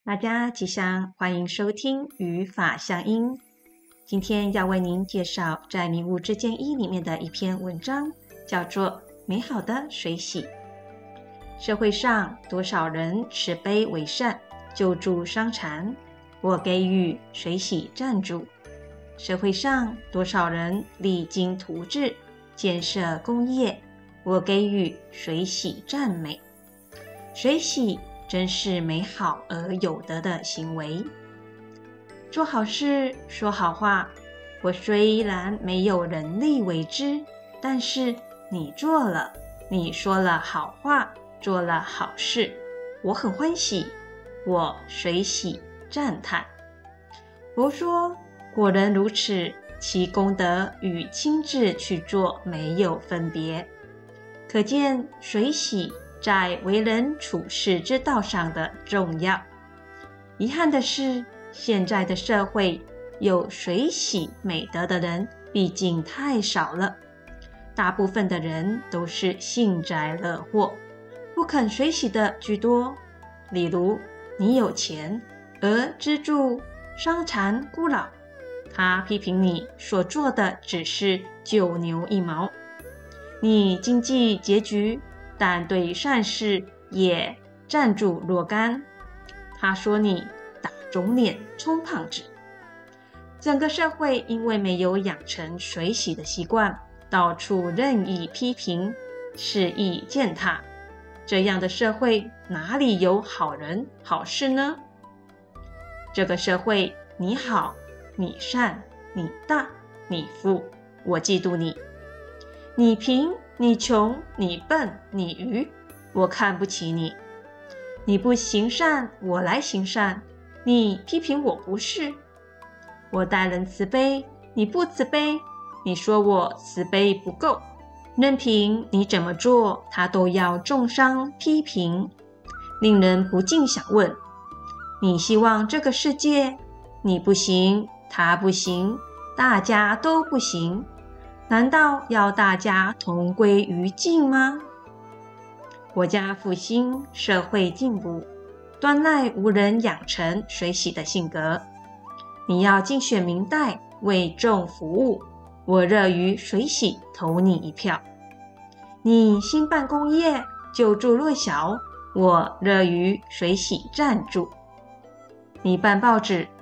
大家吉祥，欢迎收听语法相音。今天要为您介绍在《迷雾之间一》里面的一篇文章，叫做《美好的水洗》。社会上多少人慈悲为善，救助伤残，我给予水洗赞助。社会上多少人励精图治，建设功业，我给予水洗赞美。水洗真是美好而有德的行为。做好事，说好话，我虽然没有能力为之，但是你做了，你说了好话，做了好事，我很欢喜，我水洗赞叹。佛说，果然如此，其功德与亲自去做没有分别。可见水洗在为人处世之道上的重要。遗憾的是，现在的社会有水洗美德的人毕竟太少了，大部分的人都是幸灾乐祸，不肯水洗的居多。例如，你有钱而资助伤残孤老，他批评你所做的只是九牛一毛；你经济拮据，但对善事也赞助若干，他说你打肿脸充胖子。整个社会因为没有养成水洗的习惯，到处任意批评，肆意践踏，这样的社会哪里有好人好事呢？这个社会，你好，你善，你大，你富，我嫉妒你；你贫，你穷，你笨，你愚，我看不起你；你不行善，我来行善，你批评我不是；我待人慈悲，你不慈悲，你说我慈悲不够，任凭你怎么做，他都要重伤批评，令人不禁想问：你希望这个世界，你不行，他不行，大家都不行，难道要大家同归于尽吗？国家复兴，社会进步，端赖无人养成水洗的性格。你要竞选民代，为众服务，我乐于水洗投你一票；你兴办工业，救助弱小，我乐于水洗赞助；你办报纸，